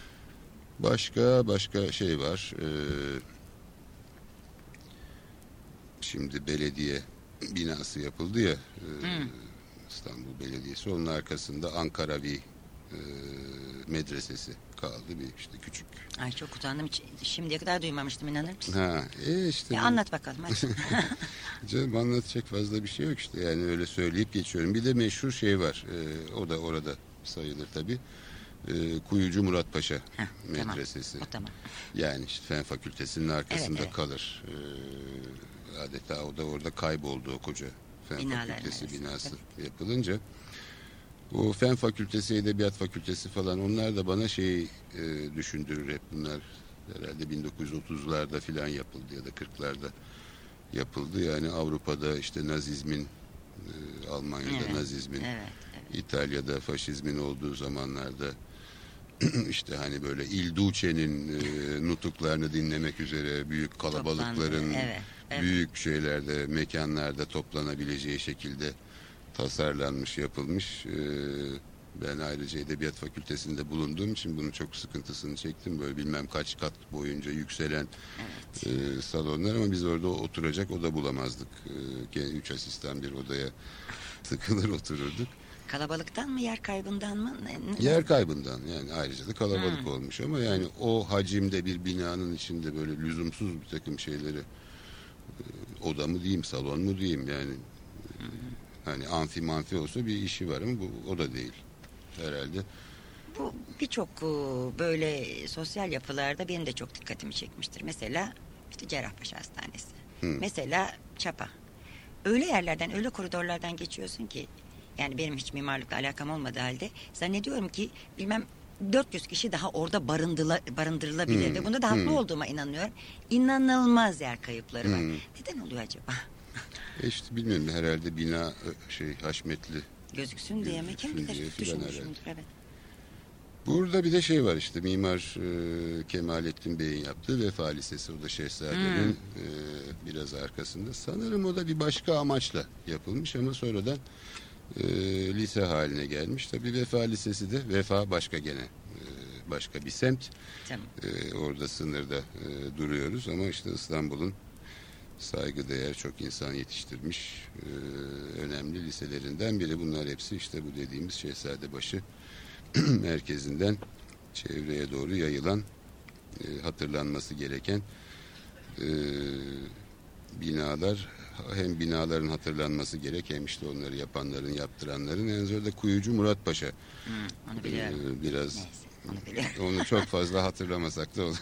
Başka şey var. Şimdi belediye binası yapıldı ya İstanbul Belediyesi. Onun arkasında Ankaravi medresesi kaldı bir işte küçük. Ay çok utandım. Şimdiye kadar duymamıştım, inanır mısın? İşte anlat bakalım. Canım anlatacak fazla bir şey yok işte yani öyle söyleyip geçiyorum. Bir de meşhur var. O da orada sayılır tabii. Kuyucu Murat Paşa medresesi. Tamam. Yani işte Fen Fakültesinin arkasında Evet. kalır. Adeta o da orada kayboldu o koca Fen Fakültesi binası yapılınca. O Fen Fakültesi, Edebiyat Fakültesi falan onlar da bana düşündürür hep bunlar. Herhalde 1930'larda filan yapıldı ya da 40'larda yapıldı. Yani Avrupa'da işte Nazizmin, Almanya'da Nazizmin, İtalya'da faşizmin olduğu zamanlarda işte hani böyle Il Duce'nin nutuklarını dinlemek üzere büyük kalabalıkların büyük mekanlarda toplanabileceği şekilde tasarlanmış, yapılmış. Ben ayrıca Edebiyat Fakültesi'nde bulunduğum için bunun çok sıkıntısını çektim. Böyle bilmem kaç kat boyunca yükselen salonlar, ama biz orada oturacak oda bulamazdık. 3 asistan bir odaya sıkılır otururduk. Kalabalıktan mı, yer kaybından mı? Yer kaybından, yani ayrıca da kalabalık olmuş, ama yani o hacimde bir binanın içinde böyle lüzumsuz bir takım şeyleri, oda mı diyeyim, salon mu diyeyim, yani hani amfi olsa bir işi var, ama bu o da değil herhalde. Bu birçok böyle sosyal yapılarda benim de çok dikkatimi çekmiştir. Mesela işte Cerrahpaşa Hastanesi. Mesela Çapa. Öyle yerlerden, öyle koridorlardan geçiyorsun ki, yani benim hiç mimarlıkla alakam olmadığı halde zannediyorum ki bilmem 400 kişi daha orada barındırılabilir ve bunda da haklı olduğuma inanıyorum. İnanılmaz yer kayıpları var. Neden oluyor acaba? İşte bilmiyorum, herhalde bina haşmetli Gözüksün diye mi? Kim gözüksün bilir, diye filan düşünmüşümdür, evet. Burada bir de şey var, işte Mimar Kemalettin Bey'in yaptığı Vefa Lisesi, o da Şehzade'nin biraz arkasında. Sanırım o da bir başka amaçla yapılmış, ama sonradan lise haline gelmiş. Tabii Vefa Lisesi de, Vefa başka gene başka bir semt. Tamam. Orada sınırda duruyoruz, ama işte İstanbul'un saygıdeğer, çok insan yetiştirmiş önemli liselerinden biri. Bunlar hepsi işte bu dediğimiz Şehzadebaşı merkezinden çevreye doğru yayılan, hatırlanması gereken binalar. Hem binaların hatırlanması gerek, hem işte onları yapanların, yaptıranların. En zor da Kuyucu Murat Paşa. Onu biliyorum. Biraz Neyse, onu biliyorum. onu çok fazla hatırlamasak da olur.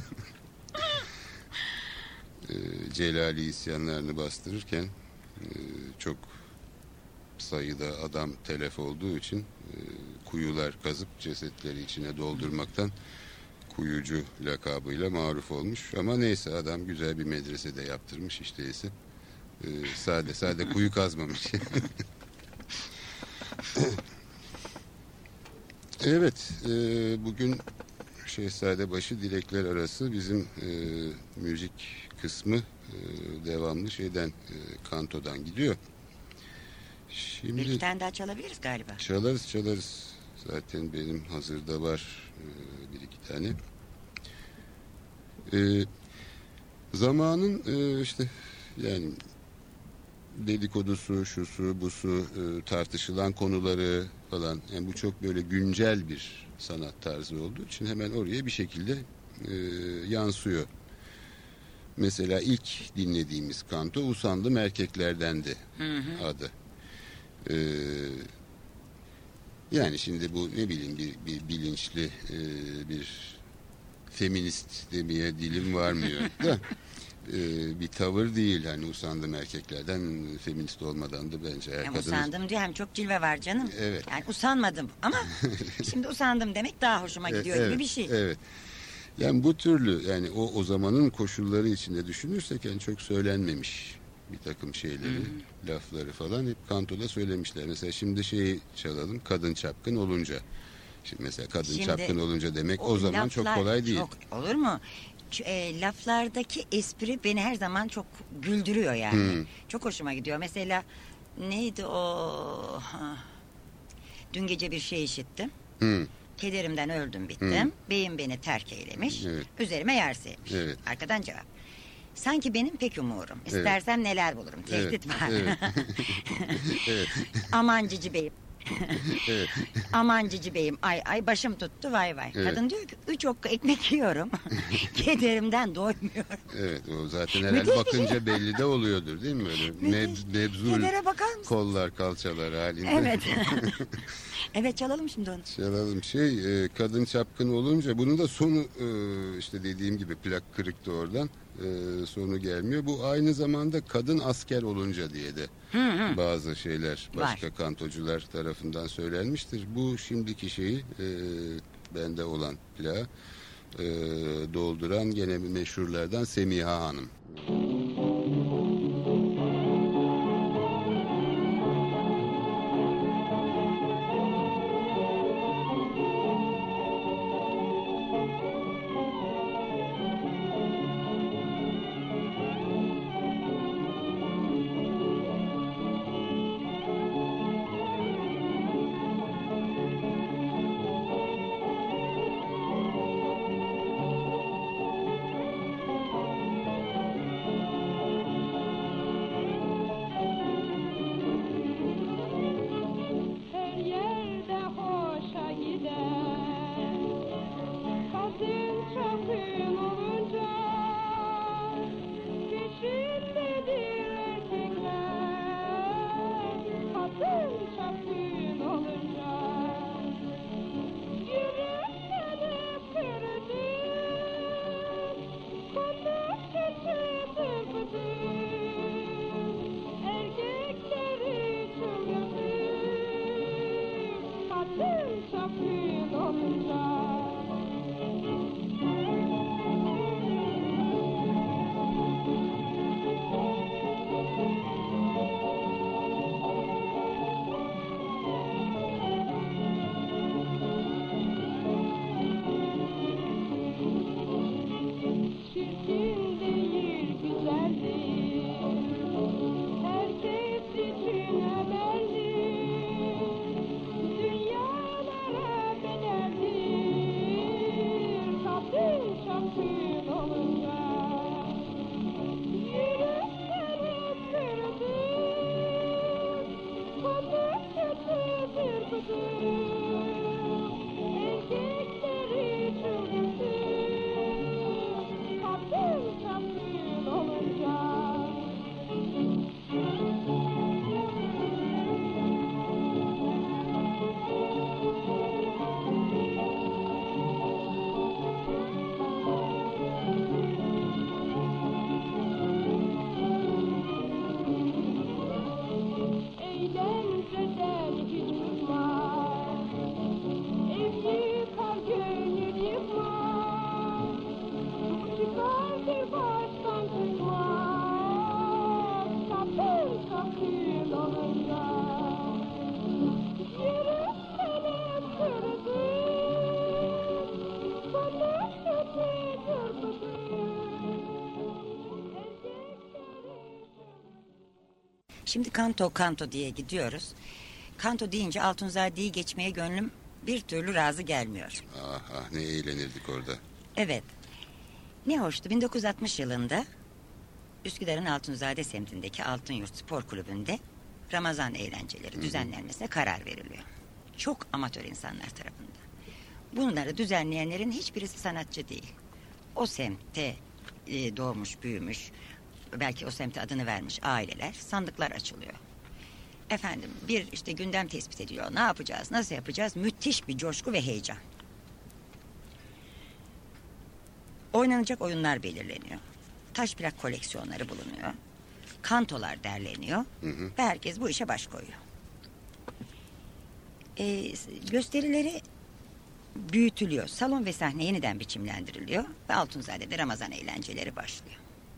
Celali isyanlarını bastırırken çok sayıda adam telef olduğu için kuyular kazıp cesetleri içine doldurmaktan Kuyucu lakabıyla maruf olmuş. Ama neyse, adam güzel bir medrese de yaptırmış işte ise. Sade kuyu kazmamış. Evet, bugün Şehzadebaşı Dilekler Arası bizim müzik kısmı devamlı kantodan gidiyor. Şimdi Bir iki tane daha çalabiliriz galiba. çalarız. Zaten benim hazırda var bir iki tane. Zamanın işte yani dedikodusu, şusu, busu, tartışılan konuları falan. Yani bu çok böyle güncel bir sanat tarzı olduğu için hemen oraya bir şekilde yansıyor. Mesela ilk dinlediğimiz kanto Usandım Erkeklerdendi adı. Yani şimdi bu ne bileyim bir bilinçli bir feminist demeye dilim varmıyor da bir tavır değil. Hani usandım erkeklerden, feminist olmadan da bence Hem usandım diyor, hem çok cilve var canım. Evet. Yani usanmadım ama şimdi usandım demek daha hoşuma gidiyor gibi bir şey. Evet. Yani bu türlü, yani o zamanın koşulları içinde düşünürsek yani çok söylenmemiş bir takım şeyleri, lafları falan hep kantoda söylemişler. Mesela şimdi çalalım, kadın çapkın olunca. Şimdi mesela kadın çapkın olunca demek o zaman çok kolay değil. Çok, olur mu? Laflardaki espri beni her zaman çok güldürüyor yani. Çok hoşuma gidiyor. Mesela neydi o? Dün gece bir şey işittim. Kederimden öldüm bittim. Beyim beni terk eylemiş. Evet. Üzerime yer sevmiş. Evet. Arkadan cevap. Sanki benim pek umurum. İstersen neler bulurum. Tehdit var. Evet. Evet. Aman cici beyim. Evet. Aman cici beyim, ay başım tuttu, vay. Evet. Kadın diyor ki 3 okka ekmek yiyorum. Kederimden doymuyorum. Evet, o zaten herhalde bakınca belli de oluyordur değil mi? Öyle mebzul Kedere bakar mısın? kollar, kalçalar halinde. Evet. Evet, çalalım şimdi onu. Çalalım. Kadın çapkın olunca bunun da sonu işte dediğim gibi plak kırıktı oradan. Sonu gelmiyor. Bu aynı zamanda kadın asker olunca diye de bazı şeyler başka kantocular tarafından söylenmiştir. Bu şimdiki şeyi bende olan plağı dolduran gene meşhurlardan Semiha Hanım. Şimdi kanto diye gidiyoruz. Kanto deyince Altunzade'yi geçmeye gönlüm bir türlü razı gelmiyor. Ah ne eğlenirdik orada. Evet. Ne hoştu, 1960 yılında Üsküdar'ın Altunzade semtindeki Altınyurt Spor Kulübü'nde Ramazan eğlenceleri düzenlenmesine karar veriliyor. Çok amatör insanlar tarafından. Bunları düzenleyenlerin hiçbirisi sanatçı değil. O semtte doğmuş, büyümüş, belki o semte adını vermiş aileler, sandıklar açılıyor. Efendim bir işte gündem tespit ediliyor. Ne yapacağız, nasıl yapacağız? Müthiş bir coşku ve heyecan. Oynanacak oyunlar belirleniyor. Taş plak koleksiyonları bulunuyor. Kantolar derleniyor. Ve herkes bu işe baş koyuyor. Gösterileri büyütülüyor. Salon ve sahne yeniden biçimlendiriliyor. Ve Altunzade'de Ramazan eğlenceleri başlıyor.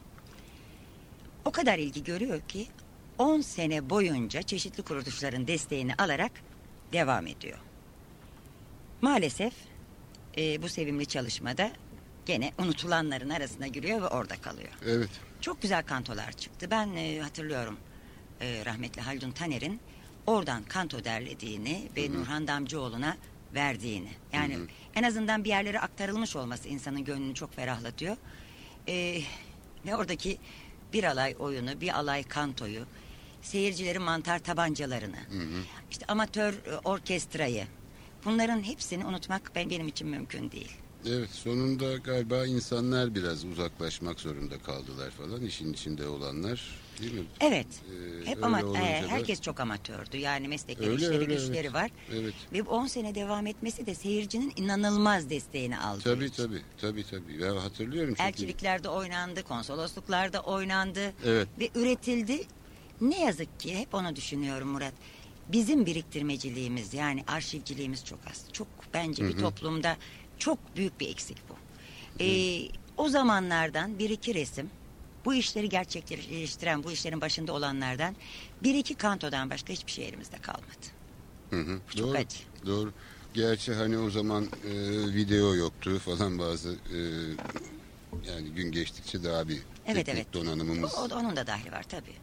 O kadar ilgi görüyor ki 10 sene boyunca çeşitli kuruluşların desteğini alarak devam ediyor. Maalesef bu sevimli çalışmada gene unutulanların arasına giriyor ve orada kalıyor. Evet. Çok güzel kantolar çıktı. Ben hatırlıyorum rahmetli Haldun Taner'in oradan kanto derlediğini ve Nurhan Damcıoğlu'na verdiğini. Yani en azından bir yerlere aktarılmış olması insanın gönlünü çok ferahlatıyor. Ve oradaki bir alay oyunu, bir alay kantoyu, seyircilerin mantar tabancalarını, işte amatör orkestrayı, bunların hepsini unutmak benim için mümkün değil. Evet, sonunda galiba insanlar biraz uzaklaşmak zorunda kaldılar falan, işin içinde olanlar, değil mi? Evet. Hep herkes çok amatördü. Yani meslekleri, işleri, güçleri evet. var. Evet. Ve 10 sene devam etmesi de seyircinin inanılmaz desteğini aldı. Tabii. Ben hatırlıyorum çünkü. Elçiliklerde oynandı, konsolosluklarda oynandı. Evet. Ve üretildi. Ne yazık ki hep onu düşünüyorum Murat. Bizim biriktirmeciliğimiz, yani arşivciliğimiz çok az. Çok bence bir toplumda çok büyük bir eksik bu. O zamanlardan bir iki resim, bu işleri gerçekleştiren, bu işlerin başında olanlardan bir iki kantodan başka hiçbir şey elimizde kalmadı. Çok Doğru, acı. doğru. Gerçi hani o zaman video yoktu falan, bazı yani gün geçtikçe daha bir teknik donanımımız. Onun da dahli var tabii.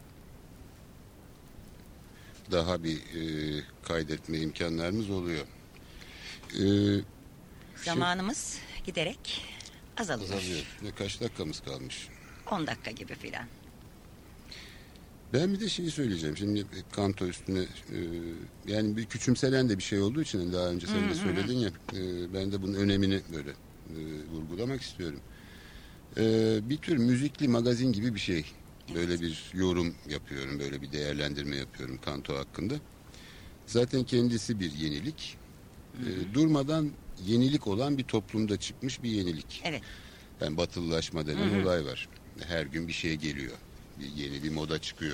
Daha bir kaydetme imkanlarımız oluyor. Zamanımız giderek azalıyor. Kaç dakikamız kalmış? 10 dakika gibi filan. Ben bir de şeyi söyleyeceğim. Şimdi kanto üstüne yani bir küçümselen de bir şey olduğu için, daha önce sen de söyledin ya, ben de bunun önemini böyle vurgulamak istiyorum. Bir tür müzikli magazin gibi bir şey. Böyle bir yorum yapıyorum, böyle bir değerlendirme yapıyorum kanto hakkında. Zaten kendisi bir yenilik. Durmadan yenilik olan bir toplumda çıkmış bir yenilik. Evet. Yani batılılaşma denen olay var. Her gün bir şey geliyor. Yeni bir moda çıkıyor.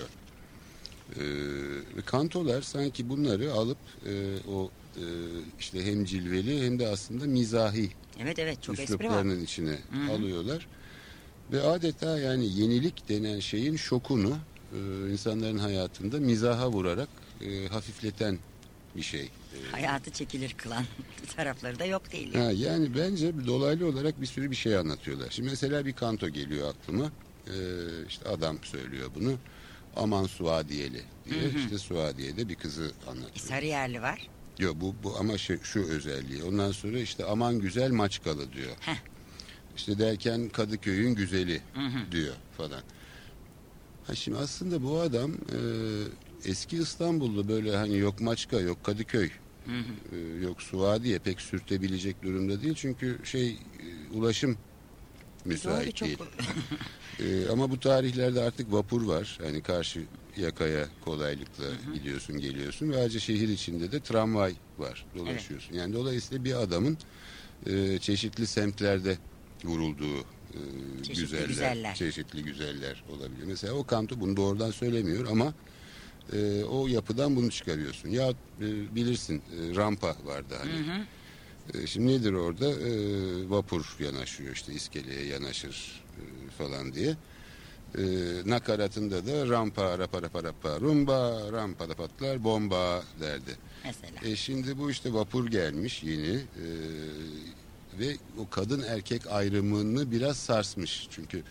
Kantolar sanki bunları alıp işte hem cilveli hem de aslında mizahi Evet, çok espri var. üsluplarının içine alıyorlar. Ve adeta yani yenilik denen şeyin şokunu insanların hayatında mizaha vurarak hafifleten bir şey. Hayatı çekilir kılan tarafları da yok değil. Yani bence dolaylı olarak bir sürü bir şey anlatıyorlar. Şimdi mesela bir kanto geliyor aklıma. İşte adam söylüyor bunu. Aman Suadiyeli diye. İşte Suadiye'de bir kızı anlatıyor. Sarıyerli var. Yok bu ama şu özelliği. Ondan sonra işte aman güzel Maçkalı diyor. İşte derken Kadıköy'ün güzeli diyor falan. Şimdi aslında bu adam eski İstanbul'da böyle hani yok Maçka, yok Kadıköy, yok Suadiye pek sürtebilecek durumda değil. Çünkü ulaşım müsait değil. Ama bu tarihlerde artık vapur var. Hani karşı yakaya kolaylıkla gidiyorsun, geliyorsun. Ve ayrıca şehir içinde de tramvay var. Dolaşıyorsun. Evet. Yani dolayısıyla bir adamın çeşitli semtlerde vurulduğu çeşitli güzeller olabiliyor. Mesela o kanto bunu doğrudan söylemiyor ama o yapıdan bunu çıkarıyorsun. Ya bilirsin rampa vardı hani. Şimdi nedir orada? Vapur yanaşıyor, işte iskeleye yanaşır falan diye. Nakaratında da rampa rapa rapa rapa rumba rampa da patlar bomba derdi. Mesela. Şimdi bu işte vapur gelmiş yeni ve o kadın erkek ayrımını biraz sarsmış. Çünkü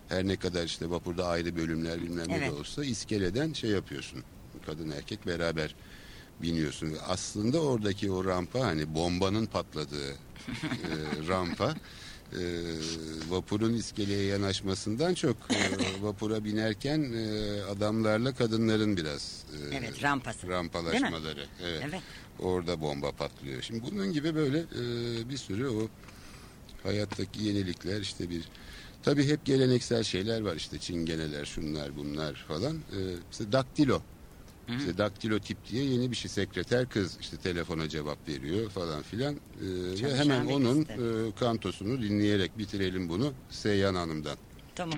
her ne kadar işte vapurda ayrı bölümler bilmem ne de olsa iskeleden şey yapıyorsun. Kadın erkek beraber biniyorsun. Aslında oradaki o rampa hani bombanın patladığı rampa vapurun iskeleye yanaşmasından çok vapura binerken adamlarla kadınların biraz rampalaşmaları. Evet. Orada bomba patlıyor. Şimdi bunun gibi böyle bir sürü o hayattaki yenilikler işte tabii hep geleneksel şeyler var işte çingeneler şunlar bunlar falan. İşte daktilo. İşte daktilotip diye yeni bir şey sekreter kız işte telefona cevap veriyor falan filan. Ve hemen onun kantosunu dinleyerek bitirelim bunu Seyhan Hanım'dan. Tamam.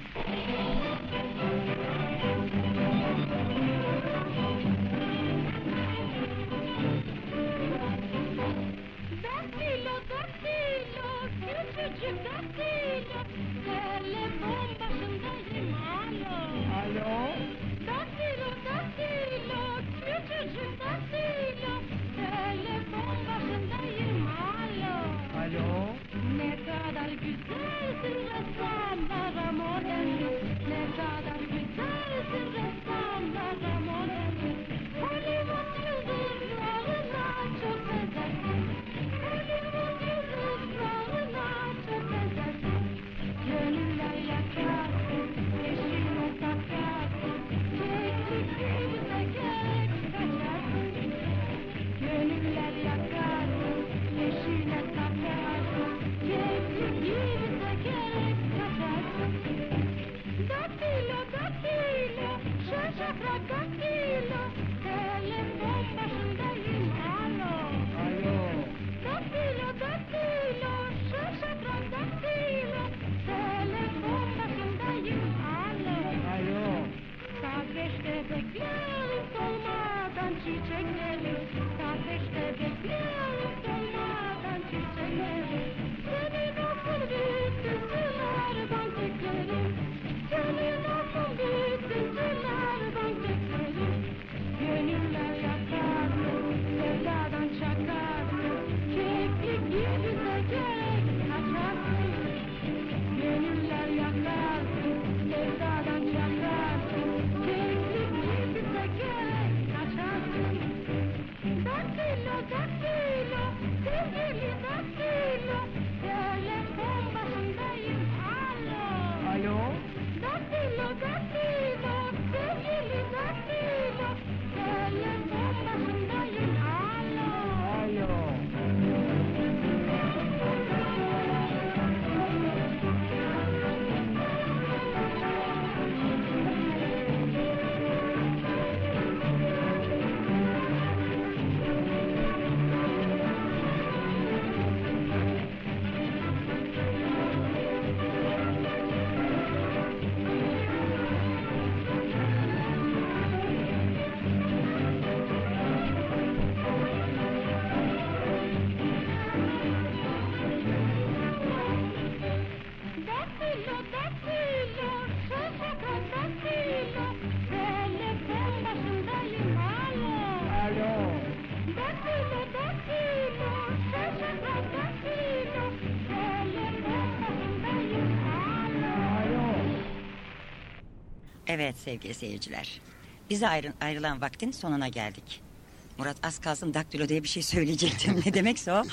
Evet sevgili seyirciler. Bize ayrılan vaktin sonuna geldik. Murat az kalsın daktilo diye bir şey söyleyecektim. Ne demekse o.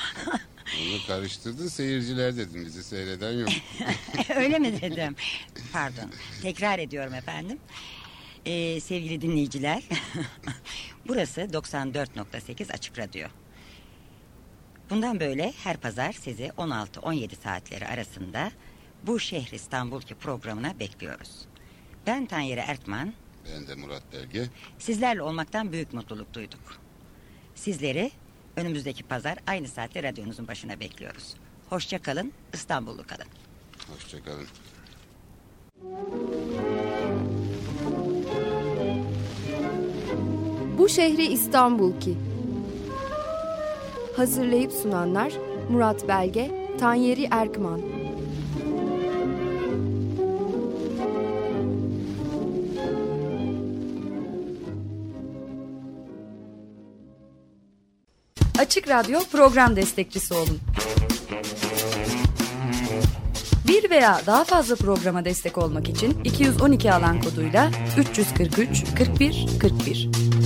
Onu karıştırdın seyirciler dedim. Bizi seyreden yok. Öyle mi dedim? Pardon. Tekrar ediyorum efendim. Sevgili dinleyiciler. Burası 94.8 Açık Radyo. Bundan böyle her pazar sizi 16-17 saatleri arasında Bu Şehir İstanbul'ki programına bekliyoruz. Ben Tanyeri Erkman. Ben de Murat Belge. Sizlerle olmaktan büyük mutluluk duyduk. Sizleri önümüzdeki pazar aynı saatte radyonuzun başına bekliyoruz. Hoşça kalın, İstanbullu kalın. Hoşça kalın. Bu şehri İstanbul ki. Hazırlayıp sunanlar Murat Belge, Tanyeri Erkman. Açık Radyo program destekçisi olun. Bir veya daha fazla programa destek olmak için 212 alan koduyla 343 41 41.